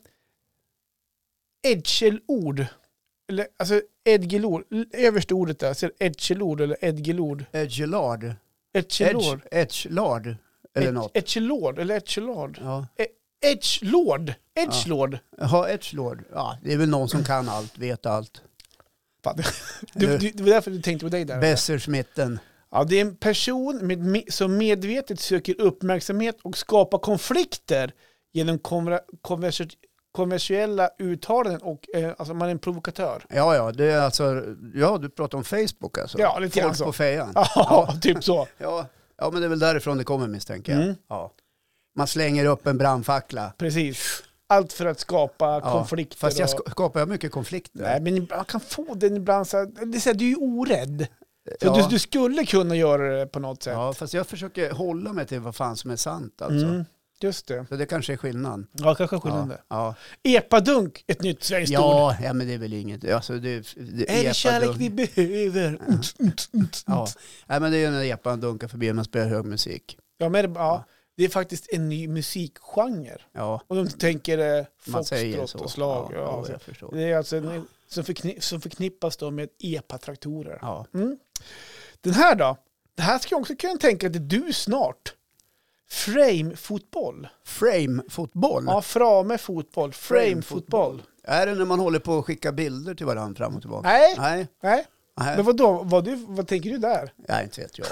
edgelord. Eller alltså edgelord. Översta ordet där, så edgelord eller edgelord. Edgelard. Edgelord. Edgelard. Eller något. Edgelord, eller Edgelord. Ja. Edgelord. Edgelord. Ja, Edgelord. Ja, det är väl någon som kan allt, vet allt. Fan, det var därför du tänkte på dig där. Bessersmitten. Ja, det är en person som medvetet söker uppmärksamhet och skapar konflikter genom konventionella uttalanden och alltså man är en provokatör. Ja, det är alltså, du pratar om Facebook alltså. Ja, lite folk så. På fejan. Ja, typ så. Ja, men det är väl därifrån det kommer, misstänker jag. Ja. Man slänger upp en brandfackla. Precis. Allt för att skapa konflikter. Fast jag skapar mycket konflikter. Nej, men man kan få den ibland så här, du är ju orädd. Så du skulle kunna göra det på något sätt. Ja, fast jag försöker hålla mig till vad fan som är sant alltså. Just det. Så det kanske är skillnad. Ja, kanske skillnad. Ja. Epadunk, ett nytt svenskt ord. Ja, men det är väl inget. Alltså, det är det kärlek vi behöver? Ja. Nej, men det är när epadunkar förbi man spelar hög musik. Ja, men det är faktiskt en ny musikgenre. Ja. Och de tänker foxtrot och slag. Ja, jag förstår. Det är alltså som förknippas då med epatraktorer. Ja. Den här då? Det här ska jag också kunna tänka att det är du snart. Frame-fotboll. Frame-fotboll? Ja, frame-fotboll. Frame-fotboll. Är det när man håller på att skicka bilder till varandra fram och tillbaka? Nej. Men vadå? Vad tänker du där? Ja, inte vet jag.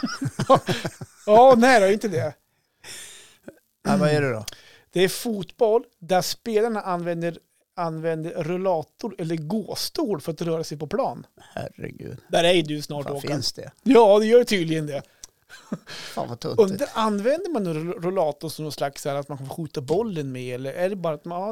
Nej då, inte det. Ja, vad är det då? Det är fotboll där spelarna använder rullator eller gåstol för att röra sig på plan. Herregud. Där är du snart åka. Finns det? Ja, det gör tydligen det. Fan vad tungt. Och där använder man rullator som någon slags så här, att man kan skjuta bollen med, eller är det bara att man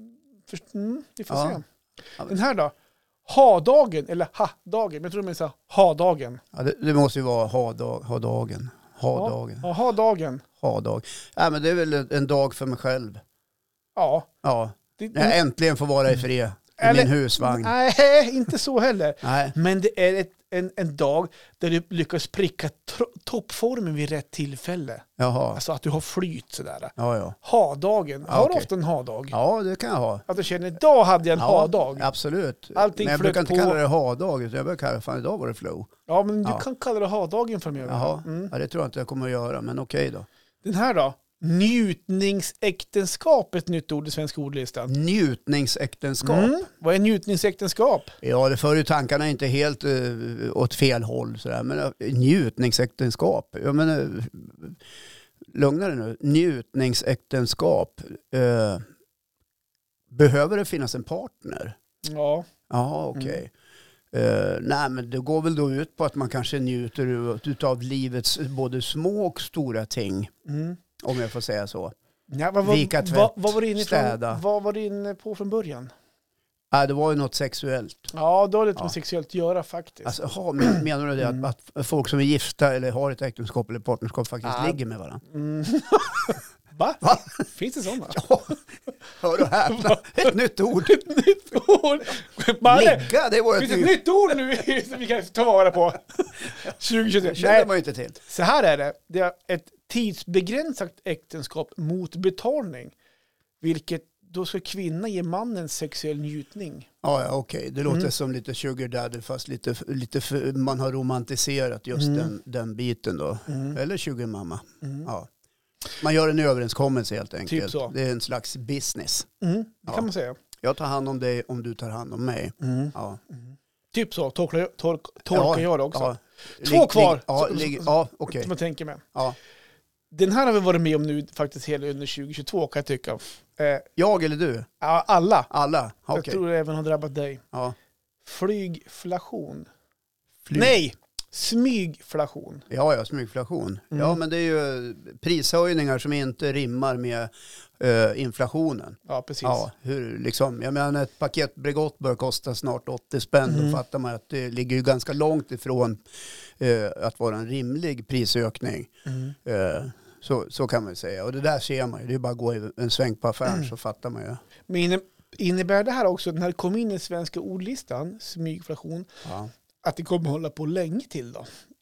vi får se. Den här då? Ha-dagen eller ha-dagen. Men jag tror de säger ha-dagen. Ja, det måste ju vara ha-dagen. Ha-dagen. Ja, ha-dagen. Ha-dag. Ja, men det är väl en dag för mig själv. Ja. Jag äntligen får vara i fred i min husvagn. Nej, inte så heller. Nej. Men det är en dag där du lyckas pricka toppformen vid rätt tillfälle. Jaha. Alltså att du har flyt sådär. Ja. Ha-dagen. Har du ofta en ha-dag? Ja, det kan jag ha. Att du känner, idag hade jag en ha-dag. Absolut. Allting men jag brukar inte kalla det ha-dag, utan jag brukar kalla det, fan idag var det flow. Ja, men du kan kalla det ha-dagen framöver. Jaha. Ja, det tror jag inte jag kommer att göra, men okej då. Den här då? Njutningsäktenskap, ett nytt ord i svenska ordlistan. Njutningsäktenskap? Vad är njutningsäktenskap? Ja, det för ju tankarna inte helt åt fel håll. Sådär. Men njutningsäktenskap? Jag menar, lugna dig nu. Njutningsäktenskap. Behöver det finnas en partner? Ja. Ja, okej. Nej, men det går väl då ut på att man kanske njuter av livets både små och stora ting. Om jag får säga så. Ja, vad var du inne på från början? Ja, det var ju något sexuellt. Ja, då har det lite med sexuellt att göra faktiskt. Alltså, menar du det att folk som är gifta eller har ett äktenskap eller partnerskap faktiskt ligger med varandra? Va? Finns det sådana? Ja, hör du här? Ett nytt ord. Ett nytt ord. Ligga, det var ett nytt ord nu som vi kan ta vara på. 2023. Känner man ju inte till. Så här är det. Det är ett tidsbegränsat äktenskap mot betalning. Vilket då ska kvinnan ge mannen sexuell njutning. Ja, okej. Det låter som lite sugar daddy, fast lite för, man har romantiserat just den biten då. Eller sugar mamma. Ja. Man gör en överenskommelse helt enkelt. Typ så. Det är en slags business. Det kan man säga. Jag tar hand om dig om du tar hand om mig. Ja. Typ så, tolkar jag det också. Ja. Två kvar. Okej. Som jag tänker med. Ja. Den här har vi varit med om nu faktiskt hela under 2022 kan jag tycka. Jag eller du? Ja, alla. Alla? Okay. Jag tror det även har drabbat dig. Ja. Flygflation. Nej! Smygflation. Ja, smygflation. Ja, men det är ju prishöjningar som inte rimmar med inflationen. Ja, precis. Ja, jag menar, ett paket Bregott bör kosta snart 80 spänn. Då fattar man att det ligger ju ganska långt ifrån att vara en rimlig prisökning. Så kan man säga. Och det där ser man ju. Det är bara att gå en sväng på affären så fattar man ju. Men innebär det här också, när det kom in i svenska ordlistan, smygflation, att det kommer hålla på länge till då?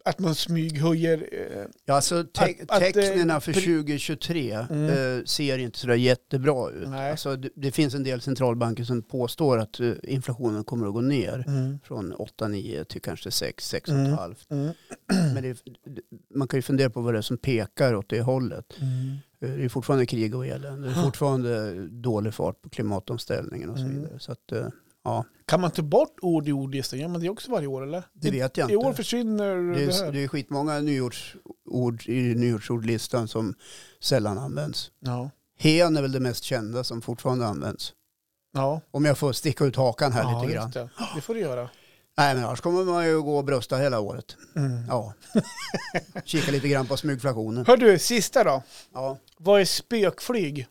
att man smyghöjer... Ja, alltså tecknen för 2023 ser inte så där jättebra ut. Alltså, det finns en del centralbanker som påstår att inflationen kommer att gå ner från 8-9 till kanske 6-6,5. Men man kan ju fundera på vad det är som pekar åt det hållet. Det är fortfarande krig och elände. Det är fortfarande dålig fart på klimatomställningen och så vidare. Så att, ja. Kan man ta bort ord i ordlistan? Gör man det också varje år, eller? Det vet jag inte. I år försvinner det här. Det är skitmånga nyårsord i nyårsordlistan som sällan används. Ja. Hen är väl det mest kända som fortfarande används. Ja. Om jag får sticka ut hakan här lite grann. Det får du göra. Nej, men annars kommer man ju gå och brösta hela året. Ja. Kika lite grann på smygflationen. Hör du, sista då. Ja. Vad är spökflyg?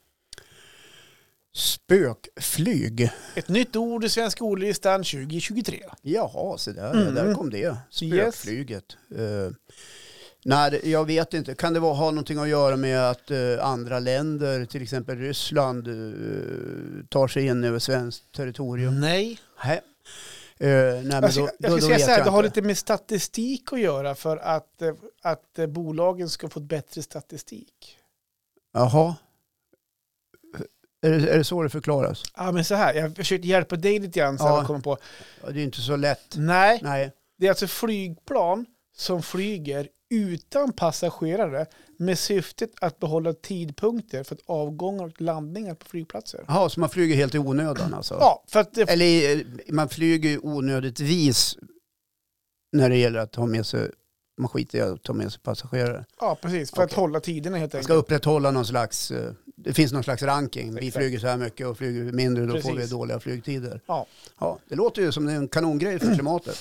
Spökflyg. Ett nytt ord i svenska ordlistan 2023. Jaha, så där kom det. Spökflyget. Nej, jag vet inte. Kan det ha någonting att göra med att andra länder, till exempel Ryssland, tar sig in över svenskt territorium? Nej. Nej. Nej, men jag skulle säga så här, det har lite med statistik att göra för att bolagen ska få ett bättre statistik. Jaha. Är det så det förklaras? Ja, men så här. Jag försökte hjälpa dig lite grann så jag kommer på. Ja, det är inte så lätt. Nej. Det är alltså flygplan som flyger utan passagerare med syftet att behålla tidpunkter för avgångar och landningar på flygplatser. Jaha, så man flyger helt i onödan alltså? Ja, för att eller man flyger ju onödigtvis när det gäller att ta med sig, man skiter i att ta med sig passagerare. Ja, precis. För att hålla tiderna helt enkelt. Man ska upprätthålla någon slags, det finns någon slags ranking. Vi flyger så här mycket och flyger mindre, då får vi dåliga flygtider. Ja, det låter ju som en kanongrej för klimatet.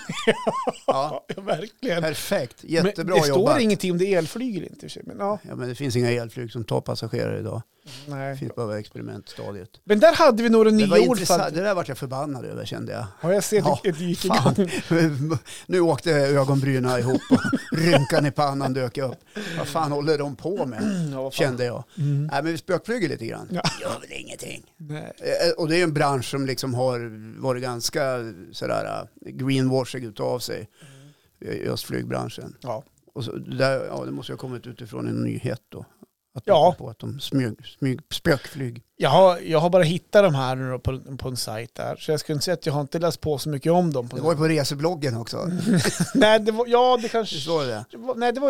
Ja, verkligen. Perfekt, jättebra jobbat. Det står ingenting om det är elflyg eller inte. Men, ja, men det finns inga elflyg som tar passagerare idag. Nej. Det finns bara experimentstadiet. Men där hade vi några nya ord. Det där vart jag förbannad över, kände jag. Har jag sett ett gick igång? Nu åkte ögonbryna ihop och rynkan i pannan dök upp. Vad fan håller de på med? Kände jag. Nej, men vi spökflyger lite grann. Ja. Det gör väl ingenting. Nej. Och det är en bransch som liksom har varit ganska sådär greenwashing utav sig. Just flygbranschen. Ja. Och så det måste ju ha kommit utifrån en nyhet då. På att de spökflyg. Jag har bara hittat de här nu på en sajt där. Så jag skulle inte säga att jag har inte läst på så mycket om dem. Det var ju på resebloggen också. Nej, det kanske... Så var det. Nej, det var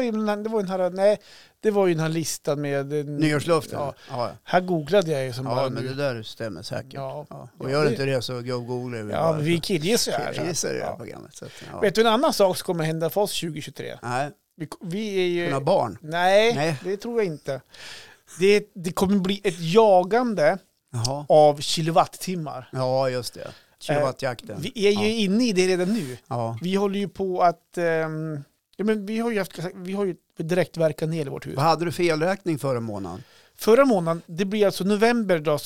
ju den här listan med... Nyårslöften. Ja. Här googlade jag ju som bara... Ja, men det där stämmer säkert. Ja. Och gör inte det så googlar vi. Ja, vi killgissar ju här. Killgissar det här programmet. Så att, Vet du en annan sak som kommer hända för oss 2023? Nej. Vi är ju... Några barn? Nej, det tror jag inte. Det kommer bli ett jagande av kilowattimmar. Ja, just det. Kilowattjakten. Vi är ju inne i det redan nu. Ja. Vi håller ju på att... vi har ju direktverkande el i vårt hus. Vad hade du för elräkning förra månaden? Förra månaden, det blir alltså november då.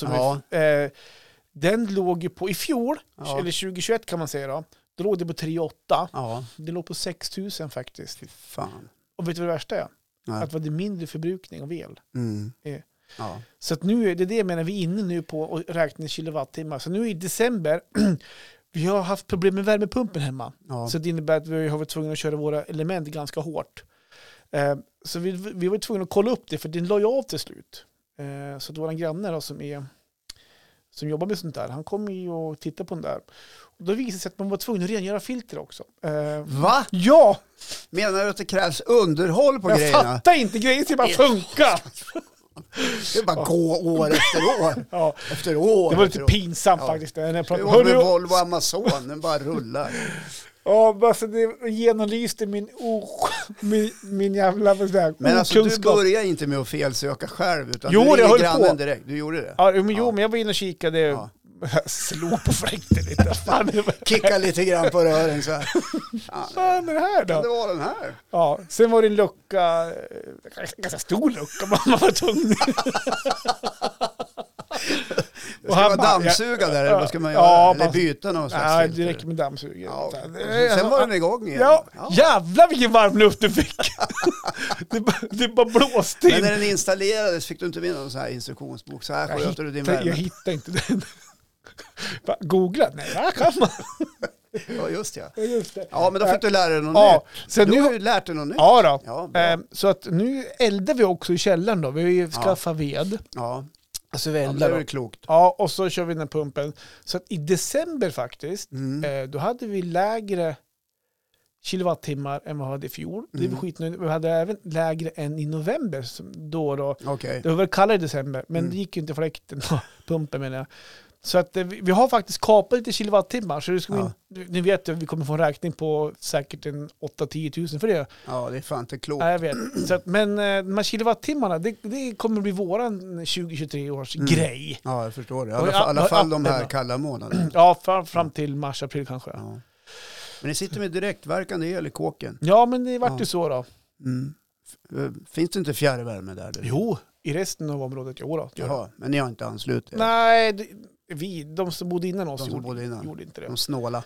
Den låg ju på i fjol, eller 2021 kan man säga då. Då låg det på 3,8. Ja. Det låg på 6 000 faktiskt. Fy fan. Och vet du vad det värsta är? Nej. Att det var mindre förbrukning av el. Så att nu är det jag menar, vi är inne nu på att räkna kilowattimmar. Så nu i december, vi har haft problem med värmepumpen hemma. Ja. Så det innebär att vi har varit tvungna att köra våra element ganska hårt. Så vi var tvungna att kolla upp det, för den la ju av till slut. Så att våra grannar då, som jobbar med sånt där, han kommer ju och titta på den där. Och då visade det sig att man var tvungen att rengöra filter också. Va? Ja! Menar du att det krävs underhåll på grejerna? Jag fattar inte, grejer ska bara funka. Det är bara gå år efter år. Ja. Efter år. Det var lite pinsamt faktiskt. Det var med Volvo Amazon, den bara rullar. Ja, alltså det genomlyste min jävla okunskap. Men alltså du börjar inte med att felsöka själv, utan jo, du ringer grannen direkt. Du gjorde det? Ja, men jag var inne och kikade. Ja. Slå på fläkten lite. Kicka lite grann på rören så här. Fan är det här då? Det var den här. Ja, sen var det en lucka, ganska stor lucka, man var tung. Ska man dammsuga där eller vad ska man göra? Eller byta någon slags filter? Nej, det räcker med dammsuga. Ja. Sen var den igång igen. Ja. Jävlar vilken varm luft du fick. det bara blåste in. Men när den installerades fick du inte med någon sån här instruktionsbok. Så här sköter du din värme. Jag hittade inte den. Googla? Nej, här kan man. Ja, just det. Ja, just det. Ja, men då fick du lära dig något nytt. Så du har ju lärt dig något nytt. Ja då. Ja, så att nu eldar vi också i källaren då. Vi har ju skaffat ved. Ja. Alltså vi eldar. Det är klokt. Ja, och så kör vi den här pumpen. Så att i december faktiskt, då hade vi lägre kilowattimmar än vad vi hade i fjol. Det var skitnödigt. Vi hade även lägre än i november. Då. Okay. Det var väl kallare i december, men det gick ju inte fläkten och pumpen menar jag. Så att vi har faktiskt kapat lite kilowattimmar. Så det ska ni vet att vi kommer få en räkning på säkert en 8-10 000 för det. Ja, det är fan inte klokt. Ja, jag vet. Så att, men de här kilowattimmarna, det kommer bli våran 2023 års grej. Ja, jag förstår det. I alla fall de här kalla månaderna. Ja, fram till mars, april kanske. Ja. Men ni sitter med direktverkande el i kåken. Ja, men det vart ju så då. Finns det inte fjärrvärme där? Jo, i resten av området, då. Jaha, men ni har inte anslutit? Nej, de som bodde innan oss gjorde inte det. De snåla.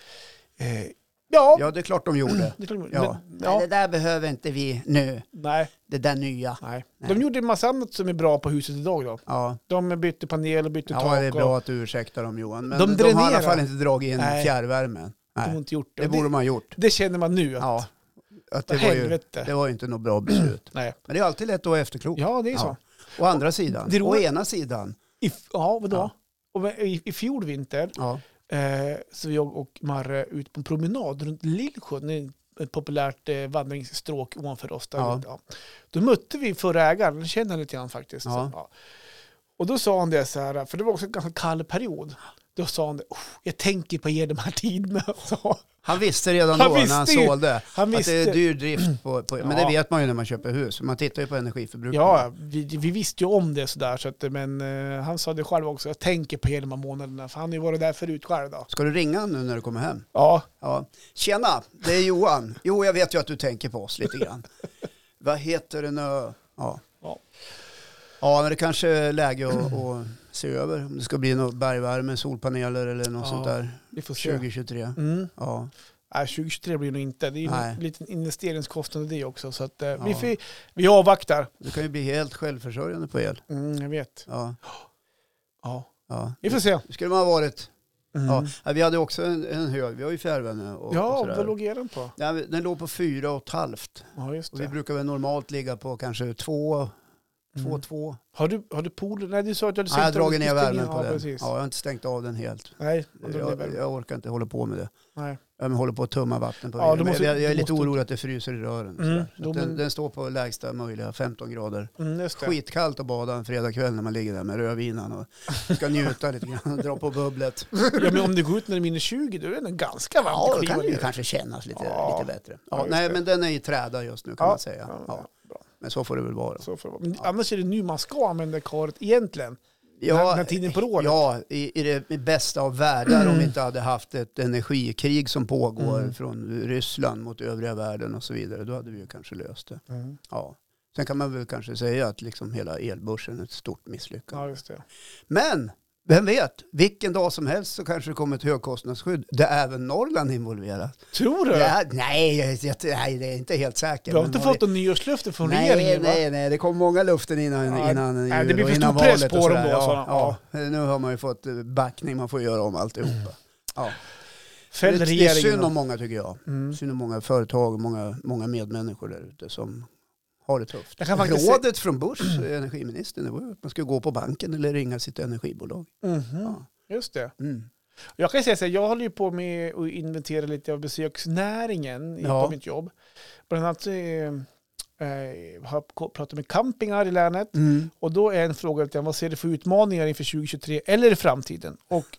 Ja, det är klart de gjorde. Men det där behöver inte vi nu. Nej. Det där nya. Nej. De gjorde en massa annat som är bra på huset idag då. Ja. De bytte panel och bytte tak. Ja, det är bra att du ursäktar dem, Johan. Men de har i alla fall inte dragit in fjärrvärmen. Nej. De har inte gjort det. Det borde man ha gjort. Det känner man nu. Att det var ju inte något bra beslut. Nej. Men det är alltid lätt att vara efterklok. Ja, det är så. Å andra sidan. Å ena sidan. Vadå? Ja. Och i fjol vinter så jag och Marre ut på en promenad runt Lillsjön, ett populärt vandringsstråk ovanför oss. Då mötte vi förra ägaren, den kände lite grann faktiskt. Så, och då sa han det så här, för det var också en ganska kall period. Då sa han det, jag tänker på er de här tiderna. Så. Han visste redan då när han sålde att det är dyr drift på men det vet man ju när man köper hus. Man tittar ju på energiförbrukning. Ja, vi visste ju om det sådär. Så att, men han sa det själv också, jag tänker på er de här månaderna. För han har ju varit där förut själv då. Ska du ringa nu när du kommer hem? Ja. Tjena, det är Johan. Jo, jag vet ju att du tänker på oss lite grann. Vad heter det nu? Ja, men det kanske är läge att se över om det ska bli något bergvärme, solpaneler eller något sånt där. Vi får se. 2023. Ja. Nej, 2023 blir det nog inte. Det är en liten investeringskostnad det också. Så att, vi avvaktar. Du kan ju bli helt självförsörjande på el. Jag vet. Ja. Vi får se. Det skulle man ha varit. Ja, vi hade också en hög. Vi har ju fjärrvärme. Och vad låg den på? Ja, den låg på 4,5. Ja, just det. Och vi brukar väl normalt ligga på kanske 2. 2. Har du pool? Nej, du sa att du hade jag har dragit ner värmen på den. Precis. Ja, jag har inte stängt av den helt. Nej, jag orkar inte hålla på med det. Nej. Jag håller på att tumma vatten på jag är lite orolig att det fryser i rören. Den står på lägsta möjliga 15 grader. Skitkallt att bada en fredagkväll när man ligger där med rödvinan och ska njuta lite grann och dra på bubblet. Ja, men om det går ut när det är minus 20 då är det ganska varmt. Ja, då kan det ju kanske kännas lite bättre. Nej, men den är i träda just nu kan man säga. Men så får det väl vara. Men annars är det nu man ska använda karet egentligen. Den tiden på året. Ja, i det bästa av världar om vi inte hade haft ett energikrig som pågår från Ryssland mot övriga världen och så vidare. Då hade vi ju kanske löst det. Ja. Sen kan man väl kanske säga att liksom hela elbörsen är ett stort misslyckande. Ja, just det. Men vem vet, vilken dag som helst så kanske det kommer ett högkostnadsskydd där även Norrland är involverat. Tror du? Ja, nej, det är inte helt säkert. Du har inte fått någon nyårslöfte från regeringen? Nej, det kom många luften innan jul. Det blir för stor press på dem då. Nu har man ju fått backning, man får göra om alltihopa. Det är synd om många tycker jag. Synd om många företag och många medmänniskor där ute som har det tufft. Rådet från Bush, energiministern, det var att man skulle gå på banken eller ringa sitt energibolag. Just det. Jag kan säga så här, jag håller ju på med att inventera lite av besöksnäringen på mitt jobb. Bland annat har jag pratat med campingar i länet och då är en fråga vad ser det för utmaningar inför 2023 eller i framtiden?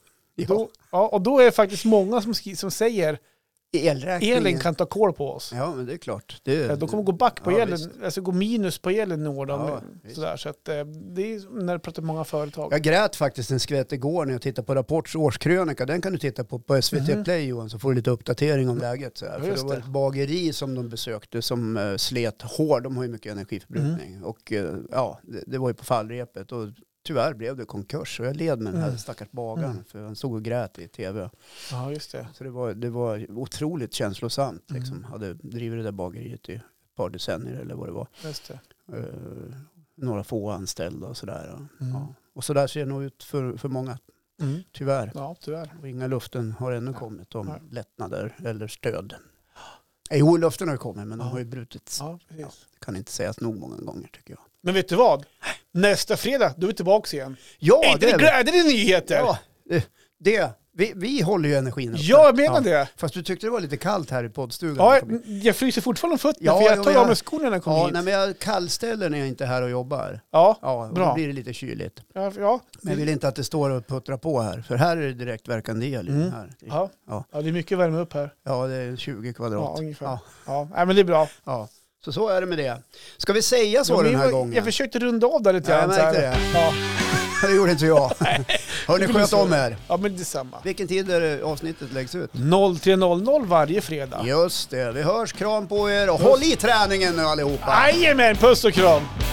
Och då är det faktiskt många som säger elen kan ta kål på oss. Ja, men det är klart. De kommer gå back på elen, alltså gå minus på elen sådär. Så att det är när du pratar med många företag. Jag grät faktiskt en skvätt igår när jag tittade på Rapports årskrönika. Den kan du titta på SVT Play, Johan, så får du lite uppdatering om läget. Så här. För det var ett bageri som de besökte som slet hårt. De har ju mycket energiförbrukning. Och det var ju på fallrepet och tyvärr blev det konkurs och jag led med den här stackars bagaren för han stod och grät i tv. Ja, just det. Så det var otroligt känslosamt. Liksom. Hade drivit det där bageriet i ett par decennier eller vad det var. Just det. Några få anställda och sådär. Ja. Och så där ser det nog ut för många Tyvärr. Ja, tyvärr. Och inga luften har ännu kommit om lättnader eller stöd. Jo, luften har kommit, men de har ju brutits. Ja, precis. Ja, det kan inte sägas nog många gånger, tycker jag. Men vet du vad? Nästa fredag, då är vi tillbaka igen. Ja, det är glädjande nyheter. Ja, vi håller ju energin uppe. Ja, jag menar det. Fast du tyckte det var lite kallt här i poddstugan. Ja, jag fryser fortfarande om fötterna, för jag tar av mig skorna när jag kommer hit. Nej, men jag kallställer när jag inte är här och jobbar. Ja, bra. Då blir det lite kyligt. Ja. Men jag vill inte att det står och puttrar på här. För här är det direktverkande el. Här. Ja, det är mycket värme upp här. Ja, det är 20 kvadrat. Ja, ungefär. Ja, men det är bra. Ja. Så är det med det. Ska vi säga så den här gången? Jag försökte runda av där lite grann. Jag märkte det. Ja. Det gjorde inte jag. Hörni, sköt om er. Ja, men detsamma. Vilken tid är det avsnittet läggs ut? 03.00 varje fredag. Just det. Vi hörs, kram på er och håll i träningen nu allihopa. Jajamän, puss och kram.